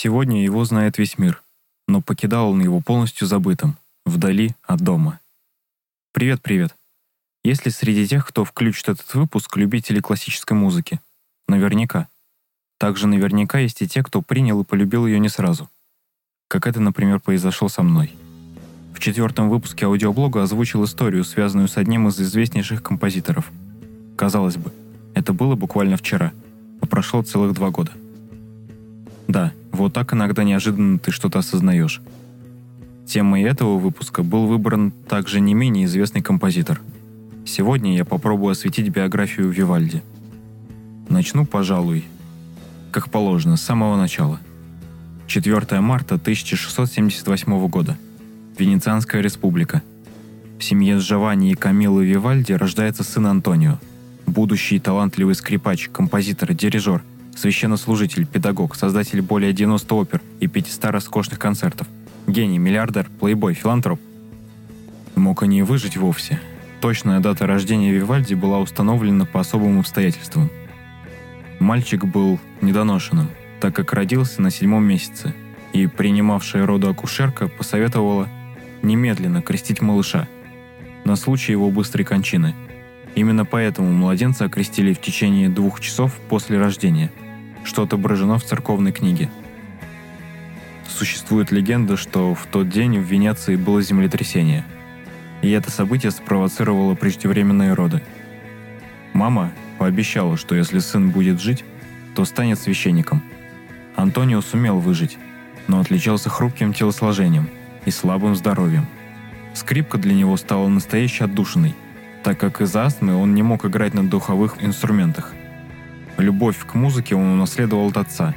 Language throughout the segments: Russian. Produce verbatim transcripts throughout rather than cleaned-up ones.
Сегодня его знает весь мир, но покидал он его полностью забытым, вдали от дома. Привет-привет. Есть ли среди тех, кто включит этот выпуск, любители классической музыки? Наверняка. Также наверняка есть и те, кто принял и полюбил ее не сразу. Как это, например, произошло со мной. В четвертом выпуске аудиоблога озвучил историю, связанную с одним из известнейших композиторов. Казалось бы, это было буквально вчера, а прошло целых два года. Да, вот так иногда неожиданно ты что-то осознаешь. Темой этого выпуска был выбран также не менее известный композитор. Сегодня я попробую осветить биографию Вивальди. Начну, пожалуй, как положено, с самого начала. четвёртого марта тысяча шестьсот семьдесят восьмого года. Венецианская республика. В семье Джованни и Камиллы Вивальди рождается сын Антонио. Будущий талантливый скрипач, композитор, дирижер, священнослужитель, педагог, создатель более девяноста опер и пятисот роскошных концертов. Гений, миллиардер, плейбой, филантроп. Мог и не выжить вовсе. Точная дата рождения Вивальди была установлена по особым обстоятельствам. Мальчик был недоношенным, так как родился на седьмом месяце, и принимавшая роды акушерка посоветовала немедленно крестить малыша на случай его быстрой кончины. Именно поэтому младенца окрестили в течение двух часов после рождения, что отображено в церковной книге. Существует легенда, что в тот день в Венеции было землетрясение, и это событие спровоцировало преждевременные роды. Мама пообещала, что если сын будет жить, то станет священником. Антонио сумел выжить, но отличался хрупким телосложением и слабым здоровьем. Скрипка для него стала настоящей отдушиной, так как из-за астмы он не мог играть на духовых инструментах. Любовь к музыке он унаследовал от отца.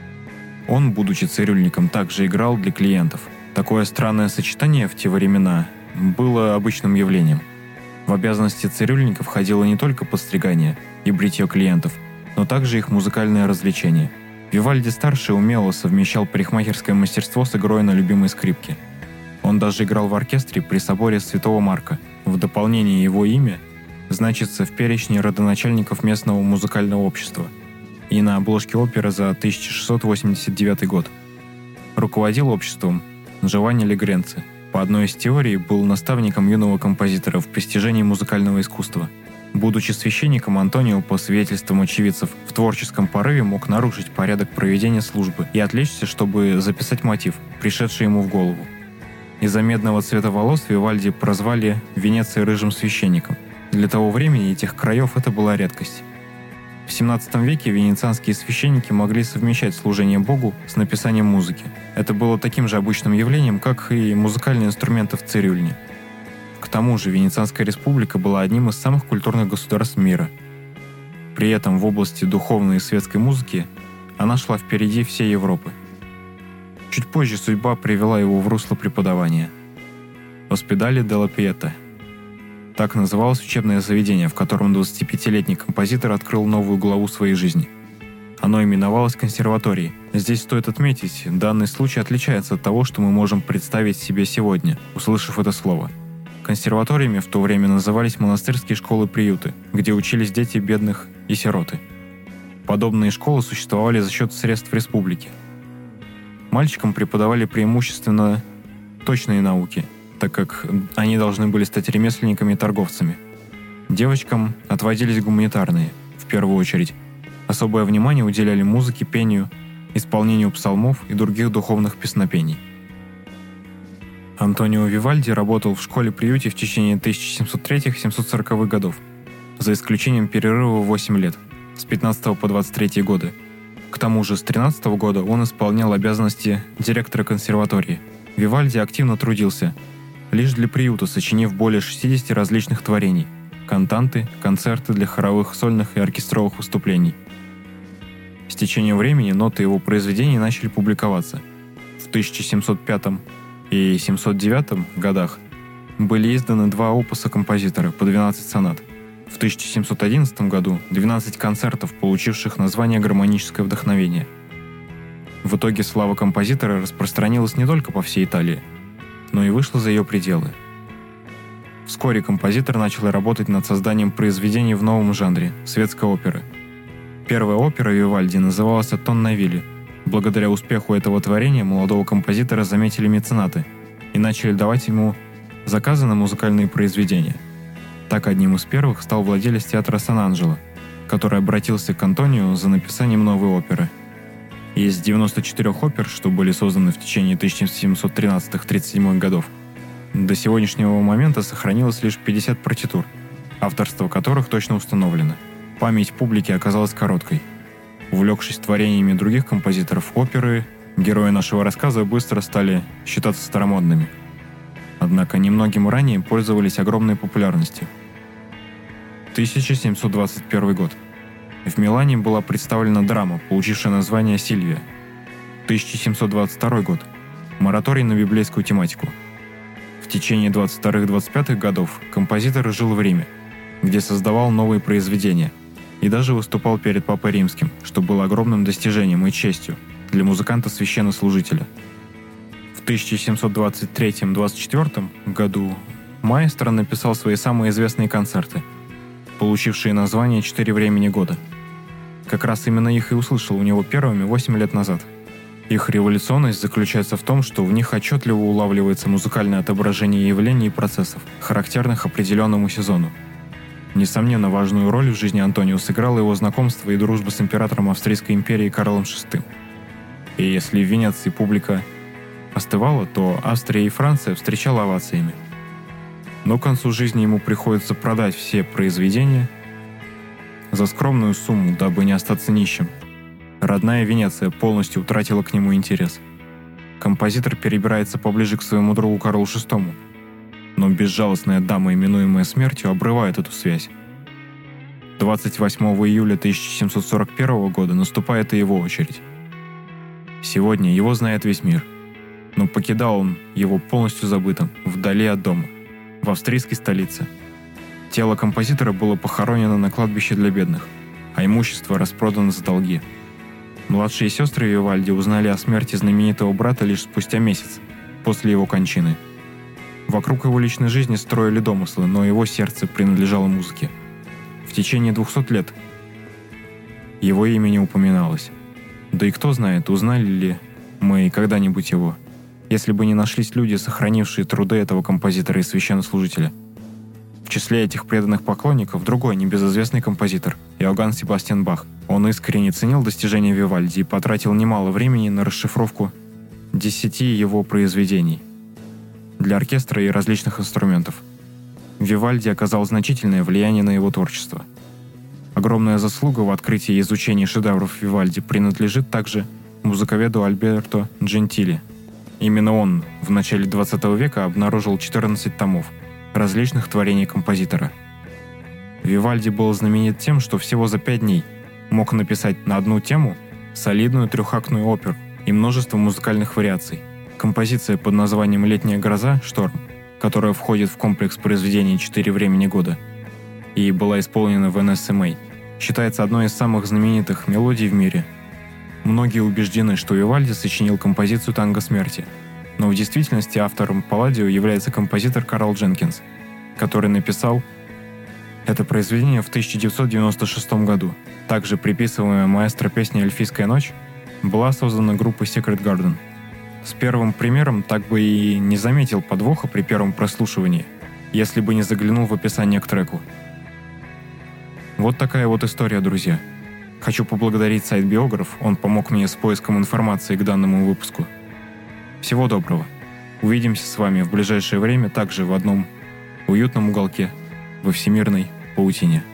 Он, будучи цирюльником, также играл для клиентов. Такое странное сочетание в те времена было обычным явлением. В обязанности цирюльника входило не только подстригание и бритье клиентов, но также их музыкальное развлечение. Вивальди-старший умело совмещал парикмахерское мастерство с игрой на любимой скрипке. Он даже играл в оркестре при соборе Святого Марка. В дополнение его имя значится в перечне родоначальников местного музыкального общества и на обложке оперы за тысяча шестьсот восемьдесят девятый год. Руководил обществом Джованни Легренци. По одной из теорий был наставником юного композитора в постижении музыкального искусства. Будучи священником, Антонио, по свидетельствам очевидцев, в творческом порыве мог нарушить порядок проведения службы и отвлечься, чтобы записать мотив, пришедший ему в голову. Из-за медного цвета волос Вивальди прозвали в Венеции рыжим священником. Для того времени и тех краев это была редкость. В семнадцатом веке венецианские священники могли совмещать служение Богу с написанием музыки. Это было таким же обычным явлением, как и музыкальные инструменты в цирюльне. К тому же Венецианская республика была одним из самых культурных государств мира. При этом в области духовной и светской музыки она шла впереди всей Европы. Чуть позже судьба привела его в русло преподавания. Ospedale della Pietà. Так называлось учебное заведение, в котором двадцатипятилетний композитор открыл новую главу своей жизни. Оно именовалось консерваторией. Здесь стоит отметить, данный случай отличается от того, что мы можем представить себе сегодня, услышав это слово. Консерваториями в то время назывались монастырские школы-приюты, где учились дети бедных и сироты. Подобные школы существовали за счет средств республики. Мальчикам преподавали преимущественно точные науки, так как они должны были стать ремесленниками и торговцами. Девочкам отводились гуманитарные, в первую очередь. Особое внимание уделяли музыке, пению, исполнению псалмов и других духовных песнопений. Антонио Вивальди работал в школе-приюте в течение тысяча семьсот третьего — семьсот сороковых годов, за исключением перерыва в восемь лет, с пятнадцатого по двадцать третий годы. К тому же с тринадцатого года он исполнял обязанности директора консерватории. Вивальди активно трудился, лишь для приюта сочинив более шестидесяти различных творений, кантанты, концерты для хоровых, сольных и оркестровых выступлений. С течением времени ноты его произведений начали публиковаться. В тысяча семьсот пятом и семьсот девятом годах были изданы два опуса композитора по двенадцать сонат. В тысяча семьсот одиннадцатом году двенадцать концертов, получивших название «Гармоническое вдохновение». В итоге слава композитора распространилась не только по всей Италии, но и вышла за ее пределы. Вскоре композитор начал работать над созданием произведений в новом жанре – светской оперы. Первая опера Вивальди называлась «Тоннавилли», Благодаря успеху этого творения молодого композитора заметили меценаты и начали давать ему заказы на музыкальные произведения. Так одним из первых стал владелец театра Сан-Анджело, который обратился к Антонио за написанием новой оперы. Из девяноста четырёх опер, что были созданы в течение тысяча семьсот тринадцатого — тридцать седьмого годов, до сегодняшнего момента сохранилось лишь пятьдесят партитур, авторство которых точно установлено. Память публики оказалась короткой. Увлекшись творениями других композиторов оперы, герои нашего рассказа быстро стали считаться старомодными. Однако немногим ранее пользовались огромной популярностью. тысяча семьсот двадцать первый год. В Милане была представлена драма, получившая название «Сильвия». тысяча семьсот двадцать второй год. Мораторий на библейскую тематику. В течение двадцать вторых — двадцать пятых годов композитор жил в Риме, где создавал новые произведения и даже выступал перед Папой Римским, что было огромным достижением и честью для музыканта-священнослужителя. В тысяча семьсот двадцать третьем — двадцать четвёртом году маэстро написал свои самые известные концерты, получившие название «Четыре времени года». Как раз именно их и услышал у него первыми восемь лет назад. Их революционность заключается в том, что в них отчетливо улавливается музыкальное отображение явлений и процессов, характерных определенному сезону. Несомненно, важную роль в жизни Антонио сыграло его знакомство и дружба с императором Австрийской империи Карлом шестым. И если в Венеции публика остывала, то Австрия и Франция встречала овациями. Но к концу жизни ему приходится продать все произведения за скромную сумму, дабы не остаться нищим. Родная Венеция полностью утратила к нему интерес. Композитор перебирается поближе к своему другу Карлу шестому, но безжалостная дама, именуемая смертью, обрывает эту связь. двадцать восьмого июля тысяча семьсот сорок первого года наступает и его очередь. Сегодня его знает весь мир, но покидал он его полностью забытым, вдали от дома, в австрийской столице. Тело композитора было похоронено на кладбище для бедных, а имущество распродано за долги. Младшие сестры Вивальди узнали о смерти знаменитого брата лишь спустя месяц после его кончины. Вокруг его личной жизни строили домыслы, но его сердце принадлежало музыке. В течение двухсот лет его имя не упоминалось. Да и кто знает, узнали ли мы когда-нибудь его, если бы не нашлись люди, сохранившие труды этого композитора и священнослужителя. В числе этих преданных поклонников другой небезызвестный композитор – Иоганн Себастьян Бах. Он искренне ценил достижения Вивальди и потратил немало времени на расшифровку десяти его произведений для оркестра и различных инструментов. Вивальди оказал значительное влияние на его творчество. Огромная заслуга в открытии и изучении шедевров Вивальди принадлежит также музыковеду Альберто Джентили. Именно он в начале двадцатого века обнаружил четырнадцать томов различных творений композитора. Вивальди был знаменит тем, что всего за пять дней мог написать на одну тему солидную трехактную оперу и множество музыкальных вариаций. Композиция под названием «Летняя гроза. Шторм», которая входит в комплекс произведений «Четыре времени года» и была исполнена в эн эс эм эй, считается одной из самых знаменитых мелодий в мире. Многие убеждены, что Вивальди сочинил композицию «Танго смерти», но в действительности автором «Палладио» является композитор Карл Дженкинс, который написал это произведение в тысяча девятьсот девяносто шестом году. Также приписываемая маэстро песня «Эльфийская ночь» была создана группой Secret Garden. С первым примером так бы и не заметил подвоха при первом прослушивании, если бы не заглянул в описание к треку. Вот такая вот история, друзья. Хочу поблагодарить сайт Биограф, он помог мне с поиском информации к данному выпуску. Всего доброго. Увидимся с вами в ближайшее время также в одном уютном уголке во всемирной паутине.